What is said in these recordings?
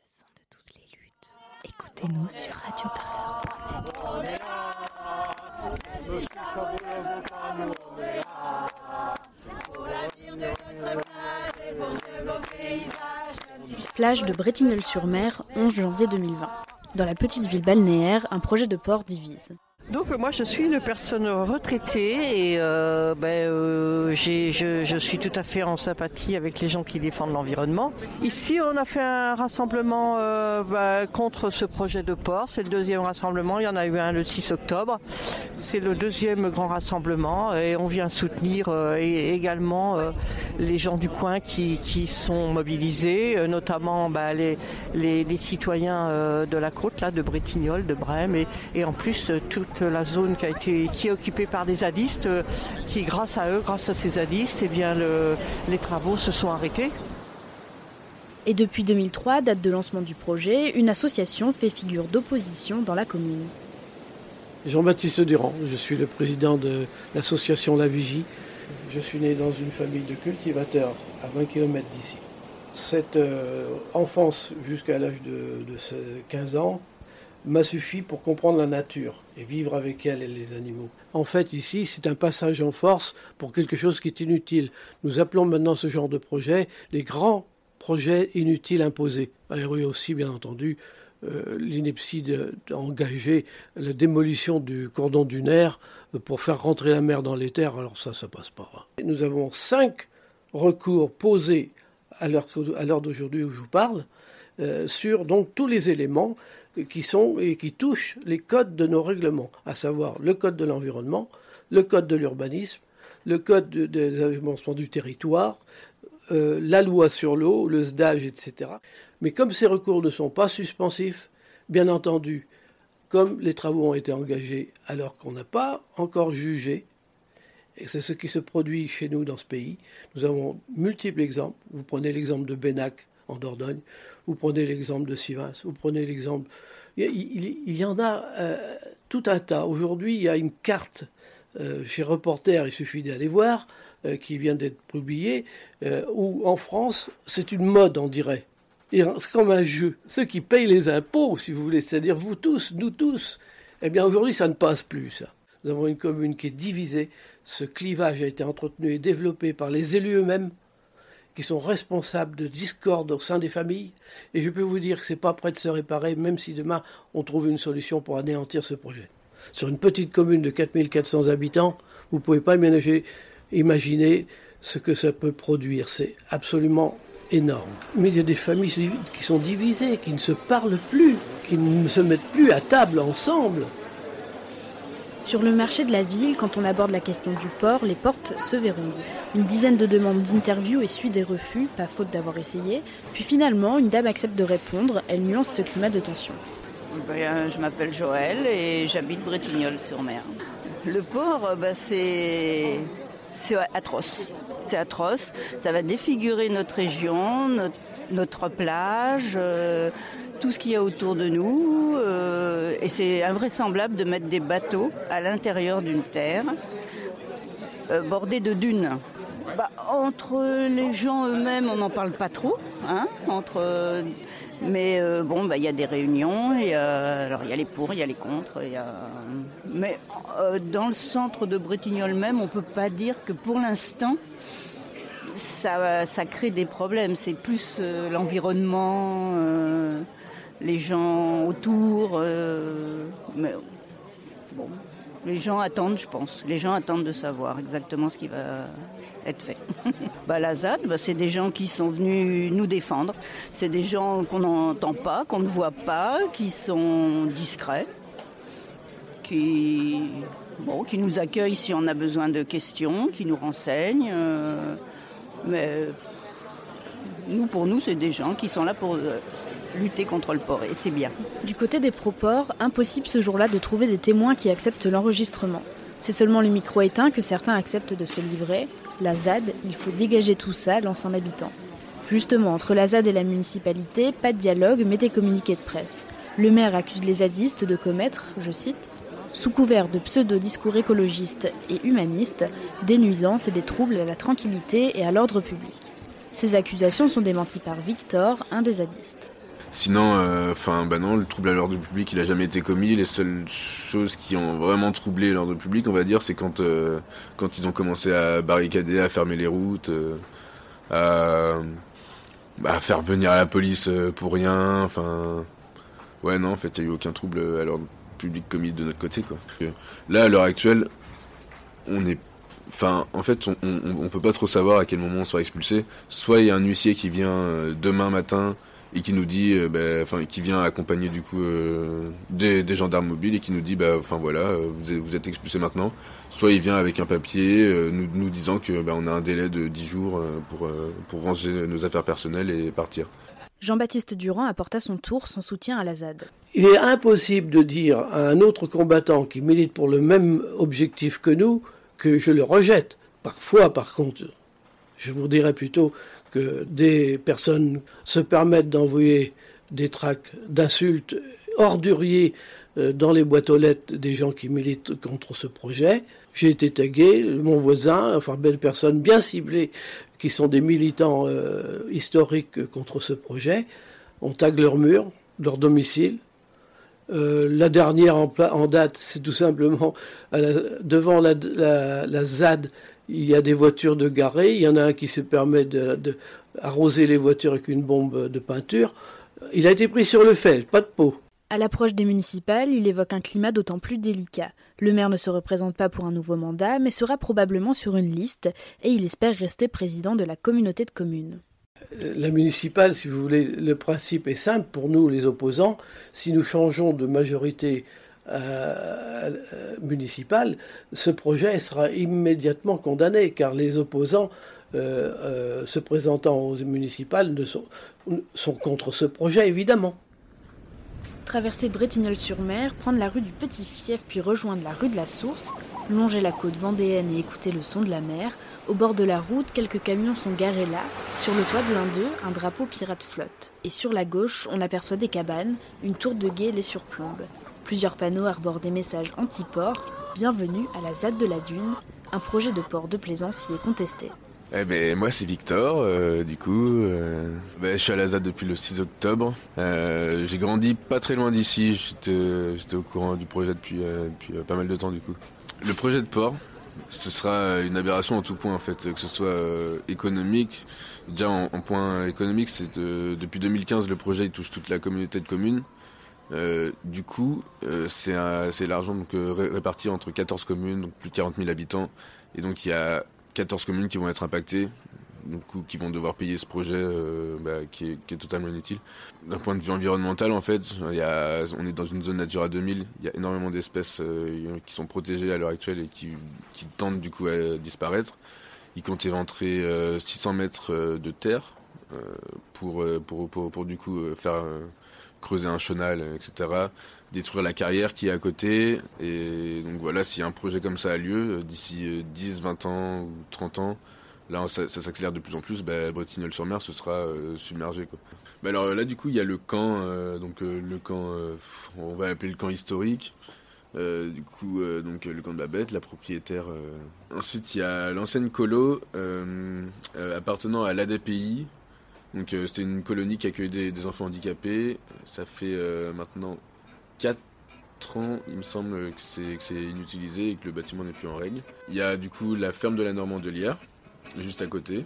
son de toutes les luttes. Écoutez-nous sur radioparleur.net. Plage de Bretignolles-sur-Mer, 11 janvier 2020. Dans la petite ville balnéaire, un projet de port divise. Donc moi je suis une personne retraitée et je suis tout à fait en sympathie avec les gens qui défendent l'environnement. Ici on a fait un rassemblement contre ce projet de port, c'est le deuxième rassemblement, il y en a eu un le 6 octobre, c'est le deuxième grand rassemblement et on vient soutenir également les gens du coin qui sont mobilisés, notamment les citoyens de la côte, là, de Bretignolles, de Brême et en plus toute la zone qui est occupée par des zadistes, qui grâce à ces zadistes, les travaux se sont arrêtés. Et depuis 2003, date de lancement du projet, une association fait figure d'opposition dans la commune. Jean-Baptiste Durand, je suis le président de l'association La Vigie. Je suis né dans une famille de cultivateurs à 20 km d'ici. Cette enfance jusqu'à l'âge de 15 ans m'a suffi pour comprendre la nature et vivre avec elle et les animaux. En fait, ici, c'est un passage en force pour quelque chose qui est inutile. Nous appelons maintenant ce genre de projet les grands projets inutiles imposés. Il y a eu aussi, bien entendu, l'ineptie d'engager la démolition du cordon dunaire pour faire rentrer la mer dans les terres. Alors ça passe pas. Nous avons 5 recours posés à l'heure d'aujourd'hui où je vous parle, sur donc tous les éléments qui touchent les codes de nos règlements, à savoir le code de l'environnement, le code de l'urbanisme, le code des aménagements du territoire, la loi sur l'eau, le SDAGE, etc. Mais comme ces recours ne sont pas suspensifs, bien entendu, comme les travaux ont été engagés alors qu'on n'a pas encore jugé, et c'est ce qui se produit chez nous dans ce pays, nous avons multiples exemples. Vous prenez l'exemple de Benac en Dordogne, vous prenez l'exemple de Sivins, vous prenez l'exemple... Il y en a tout un tas. Aujourd'hui, il y a une carte chez Reporter, il suffit d'aller voir, qui vient d'être publiée, où en France, c'est une mode, on dirait. C'est comme un jeu. Ceux qui payent les impôts, si vous voulez, c'est-à-dire vous tous, nous tous, eh bien aujourd'hui, ça ne passe plus, ça. Nous avons une commune qui est divisée. Ce clivage a été entretenu et développé par les élus eux-mêmes, qui sont responsables de discorde au sein des familles. Et je peux vous dire que ce n'est pas prêt de se réparer, même si demain on trouve une solution pour anéantir ce projet. Sur une petite commune de 4400 habitants, vous ne pouvez pas imaginer ce que ça peut produire. C'est absolument énorme. Mais il y a des familles qui sont divisées, qui ne se parlent plus, qui ne se mettent plus à table ensemble. Sur le marché de la ville, quand on aborde la question du port, les portes se verrouillent. Une dizaine de demandes d'interview essuient des refus, pas faute d'avoir essayé. Puis finalement, une dame accepte de répondre. Elle nuance ce climat de tension. Je m'appelle Joël et j'habite Bretignolles-sur-Mer. Le port, c'est atroce. C'est atroce. Ça va défigurer notre région, notre plage, tout ce qu'il y a autour de nous. Et c'est invraisemblable de mettre des bateaux à l'intérieur d'une terre bordée de dunes. Entre les gens eux-mêmes, on n'en parle pas trop. Mais il y a des réunions. Alors il y a les pour, il y a les contre. Mais dans le centre de Bretignolles même, on ne peut pas dire que pour l'instant, ça crée des problèmes. C'est plus l'environnement, les gens autour. Mais bon, les gens attendent, je pense. Les gens attendent de savoir exactement ce qui va être fait. La ZAD, c'est des gens qui sont venus nous défendre. C'est des gens qu'on n'entend pas, qu'on ne voit pas, qui sont discrets, qui nous accueillent si on a besoin de questions, qui nous renseignent. Mais pour nous, c'est des gens qui sont là pour lutter contre le port, et c'est bien. Du côté des pro-ports, impossible ce jour-là de trouver des témoins qui acceptent l'enregistrement. C'est seulement le micro éteint que certains acceptent de se livrer. La ZAD, il faut dégager tout ça, lance un habitant. Justement, entre la ZAD et la municipalité, pas de dialogue, mais des communiqués de presse. Le maire accuse les zadistes de commettre, je cite, sous couvert de pseudo-discours écologistes et humanistes, des nuisances et des troubles à la tranquillité et à l'ordre public. Ces accusations sont démenties par Victor, un des zadistes. Sinon, non, le trouble à l'ordre public, il a jamais été commis. Les seules choses qui ont vraiment troublé l'ordre public, on va dire, c'est quand ils ont commencé à barricader, à fermer les routes, à faire venir la police pour rien. Ouais, non, en fait, il y a eu aucun trouble à l'ordre public commis de notre côté, quoi. Là, à l'heure actuelle, on peut pas trop savoir à quel moment on sera expulsé. Soit il y a un huissier qui vient demain matin et qui nous dit, qui vient accompagner du coup des gendarmes mobiles et qui nous dit, vous êtes expulsé maintenant. Soit il vient avec un papier nous disant que on a un délai de 10 jours pour ranger nos affaires personnelles et partir. Jean-Baptiste Durand apporte à son tour son soutien à la ZAD. Il est impossible de dire à un autre combattant qui milite pour le même objectif que nous que je le rejette. Parfois, par contre, je vous dirais plutôt que des personnes se permettent d'envoyer des tracts d'insultes orduriers dans les boîtes aux lettres des gens qui militent contre ce projet. J'ai été tagué, mon voisin, belle personne bien ciblée, qui sont des militants historiques contre ce projet, on tague leur mur, leur domicile. La dernière en date, c'est tout simplement devant la ZAD, il y a des voitures de garées. Il y en a un qui se permet de arroser les voitures avec une bombe de peinture. Il a été pris sur le fait, pas de peau. À l'approche des municipales, il évoque un climat d'autant plus délicat. Le maire ne se représente pas pour un nouveau mandat, mais sera probablement sur une liste et il espère rester président de la communauté de communes. La municipale, si vous voulez, le principe est simple pour nous, les opposants. Si nous changeons de majorité municipale, ce projet sera immédiatement condamné, car les opposants se présentant aux municipales sont contre ce projet, évidemment. Traverser Bretignolles-sur-Mer, prendre la rue du Petit Fief puis rejoindre la rue de la Source, longer la côte vendéenne et écouter le son de la mer. Au bord de la route, quelques camions sont garés là. Sur le toit de l'un d'eux, un drapeau pirate flotte. Et sur la gauche, on aperçoit des cabanes, une tour de guet les surplombe. Plusieurs panneaux arborent des messages anti-port. Bienvenue à la ZAD de la Dune. Un projet de port de plaisance y est contesté. Moi c'est Victor, je suis à la ZAD depuis le 6 octobre. J'ai grandi pas très loin d'ici, j'étais au courant du projet depuis pas mal de temps du coup. Le projet de port, ce sera une aberration en tout point en fait, que ce soit économique. Déjà en point économique, depuis 2015 le projet il touche toute la communauté de communes. C'est l'argent réparti entre 14 communes, donc plus de 40 000 habitants. Et donc il y a 14 communes qui vont être impactées, donc qui vont devoir payer ce projet qui est totalement inutile. D'un point de vue environnemental, en fait, on est dans une zone Natura 2000, il y a énormément d'espèces qui sont protégées à l'heure actuelle et qui tentent du coup à disparaître. Ils comptent éventrer 600 mètres de terre pour du coup faire creuser un chenal, etc., détruire la carrière qui est à côté. Et donc voilà, si un projet comme ça a lieu, d'ici 10, 20 ans ou 30 ans, là ça s'accélère de plus en plus, Bretignolles-sur-Mer ce sera submergé, quoi. Alors là du coup il y a le camp, le camp, on va l'appeler le camp historique. Le camp de Babette, la propriétaire. Ensuite il y a l'ancienne colo appartenant à l'ADPI. Donc c'était une colonie qui accueillait des enfants handicapés. Ça fait maintenant 4 ans, il me semble, que c'est inutilisé et que le bâtiment n'est plus en règle. Il y a du coup la ferme de la Normandelière, juste à côté.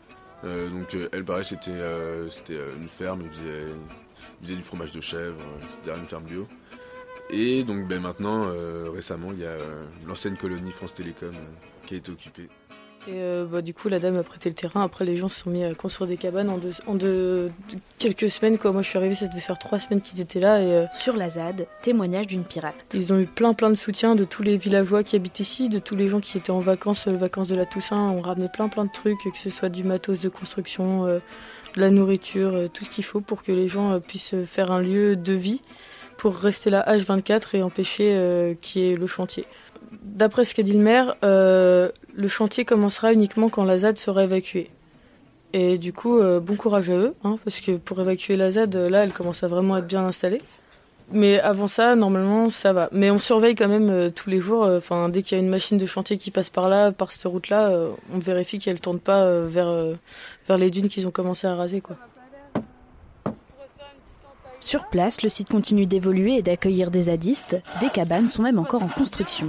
Elle, pareil, c'était une ferme, ils faisaient du fromage de chèvre, c'était une ferme bio. Et donc maintenant, récemment, il y a l'ancienne colonie France Télécom qui a été occupée. Et du coup, la dame a prêté le terrain. Après, les gens se sont mis à construire des cabanes en quelques semaines, quoi. Moi, je suis arrivée, ça devait faire 3 semaines qu'ils étaient là. Et sur la ZAD, témoignage d'une pirate. Ils ont eu plein de soutien de tous les villageois qui habitent ici, de tous les gens qui étaient en vacances, les vacances de la Toussaint. On ramenait plein de trucs, que ce soit du matos de construction, de la nourriture, tout ce qu'il faut pour que les gens puissent faire un lieu de vie pour rester là H24 et empêcher qu'il y ait le chantier. D'après ce qu'a dit le maire, le chantier commencera uniquement quand la ZAD sera évacuée. Et du coup, bon courage à eux, parce que pour évacuer la ZAD, là, elle commence à vraiment être bien installée. Mais avant ça, normalement, ça va. Mais on surveille quand même tous les jours. Dès qu'il y a une machine de chantier qui passe par là, par cette route-là, on vérifie qu'elle ne tourne pas vers les dunes qu'ils ont commencé à raser, quoi. Sur place, le site continue d'évoluer et d'accueillir des zadistes. Des cabanes sont même encore en construction.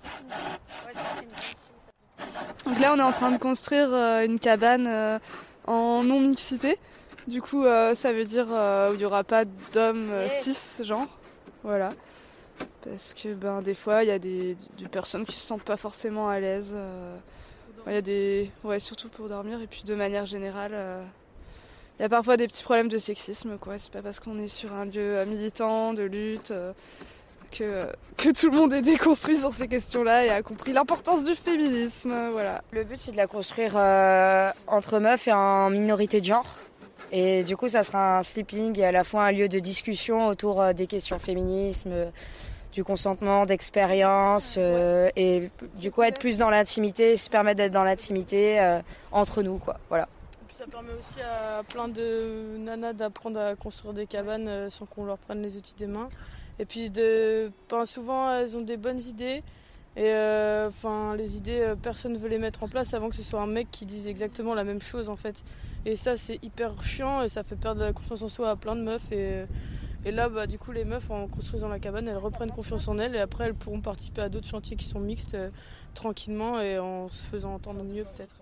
Donc là, on est en train de construire une cabane en non-mixité. Du coup, ça veut dire où il n'y aura pas d'hommes cis, genre. Voilà. Parce que des fois, il y a des personnes qui ne se sentent pas forcément à l'aise. Il y a surtout pour dormir. Et puis de manière générale, il y a parfois des petits problèmes de sexisme, quoi. C'est pas parce qu'on est sur un lieu militant, de lutte, que tout le monde est déconstruit sur ces questions-là et a compris l'importance du féminisme. Voilà. Le but, c'est de la construire entre meufs et en minorité de genre. Et du coup, ça sera un sleeping et à la fois un lieu de discussion autour des questions féminisme, du consentement, d'expérience et du coup être plus dans l'intimité, se permettre d'être dans l'intimité entre nous, quoi. Voilà. Et puis ça permet aussi à plein de nanas d'apprendre à construire des cabanes sans qu'on leur prenne les outils des mains. Et puis souvent elles ont des bonnes idées et les idées personne ne veut les mettre en place avant que ce soit un mec qui dise exactement la même chose en fait. Et ça c'est hyper chiant et ça fait perdre la confiance en soi à plein de meufs et là du coup les meufs en construisant la cabane elles reprennent confiance en elles et après elles pourront participer à d'autres chantiers qui sont mixtes tranquillement et en se faisant entendre mieux peut-être.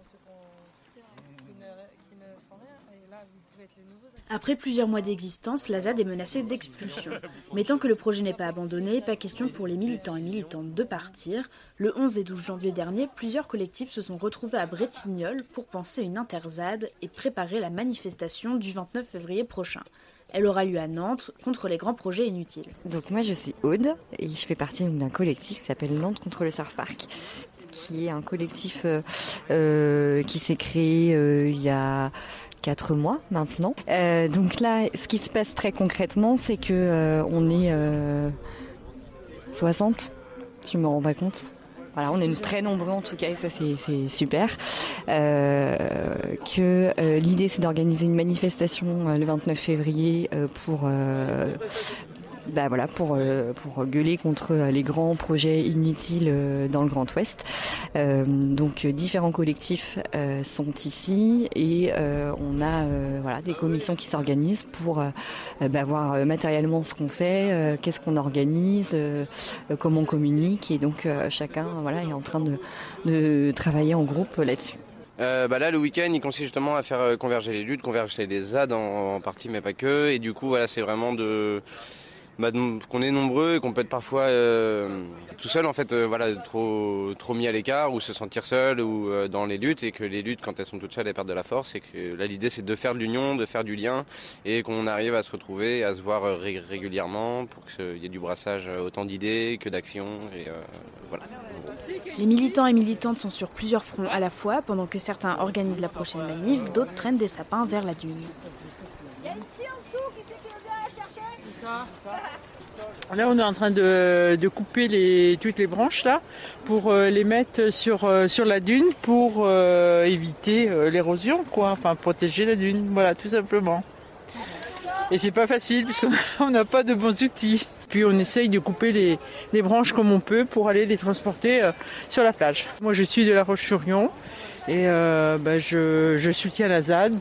Après plusieurs mois d'existence, la ZAD est menacée d'expulsion. Mais tant que le projet n'est pas abandonné, pas question pour les militants et militantes de partir. Le 11 et 12 janvier dernier, plusieurs collectifs se sont retrouvés à Bretignolles pour penser une interzade et préparer la manifestation du 29 février prochain. Elle aura lieu à Nantes contre les grands projets inutiles. Donc moi je suis Aude et je fais partie d'un collectif qui s'appelle Nantes contre le surf park, qui est un collectif qui s'est créé il y a 4 mois maintenant. Donc là, ce qui se passe très concrètement, c'est que on est 60, je me rends pas compte. Voilà, on est très nombreux en tout cas et ça c'est super. L'idée c'est d'organiser une manifestation le 29 février pour gueuler contre les grands projets inutiles dans le Grand Ouest. Donc différents collectifs sont ici et on a des commissions qui s'organisent pour voir matériellement ce qu'on fait, qu'est-ce qu'on organise, comment on communique et donc chacun est en train de travailler en groupe là-dessus. Là, le week-end, il consiste justement à faire converger les luttes, converger les ZAD en partie, mais pas que. Et du coup, c'est vraiment qu'on est nombreux et qu'on peut être parfois tout seul en fait, trop mis à l'écart ou se sentir seul ou dans les luttes et que les luttes quand elles sont toutes seules elles perdent de la force et que là l'idée c'est de faire de l'union, de faire du lien et qu'on arrive à se retrouver, à se voir régulièrement pour qu'il y ait du brassage autant d'idées que d'actions et voilà. Les militants et militantes sont sur plusieurs fronts à la fois pendant que certains organisent la prochaine manif, d'autres traînent des sapins vers la dune. Là, on est en train de couper toutes les branches là pour les mettre sur la dune pour éviter l'érosion, quoi. Enfin, protéger la dune, voilà, tout simplement. Et c'est pas facile puisqu'on n'a pas de bons outils. Puis on essaye de couper les branches comme on peut pour aller les transporter sur la plage. Moi, je suis de La Roche-sur-Yon et je soutiens la ZAD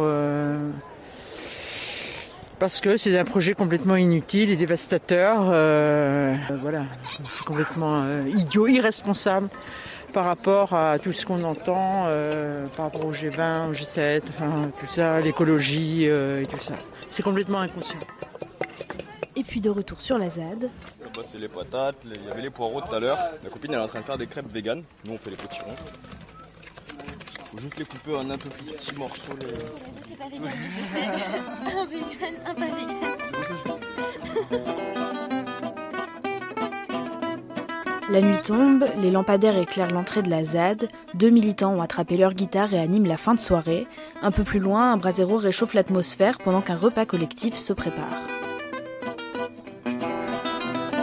parce que c'est un projet complètement inutile et dévastateur. C'est complètement idiot, irresponsable par rapport à tout ce qu'on entend, par rapport au G20, au G7, tout ça, l'écologie et tout ça. C'est complètement inconscient. Et puis de retour sur la ZAD. C'est les patates, il y avait les poireaux tout à l'heure. Ma copine elle est en train de faire des crêpes véganes. Nous on fait les petits ronds. Faut juste les couper en un peu plus petits morceaux. C'est pas vegan, je fais un vegan, un pas vegan. La nuit tombe, les lampadaires éclairent l'entrée de la ZAD, 2 militants ont attrapé leur guitare et animent la fin de soirée. Un peu plus loin, un brasero réchauffe l'atmosphère pendant qu'un repas collectif se prépare.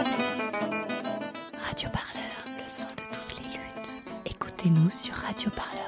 Radio Parleur, le son de toutes les luttes. Écoutez-nous sur Radio Parleur.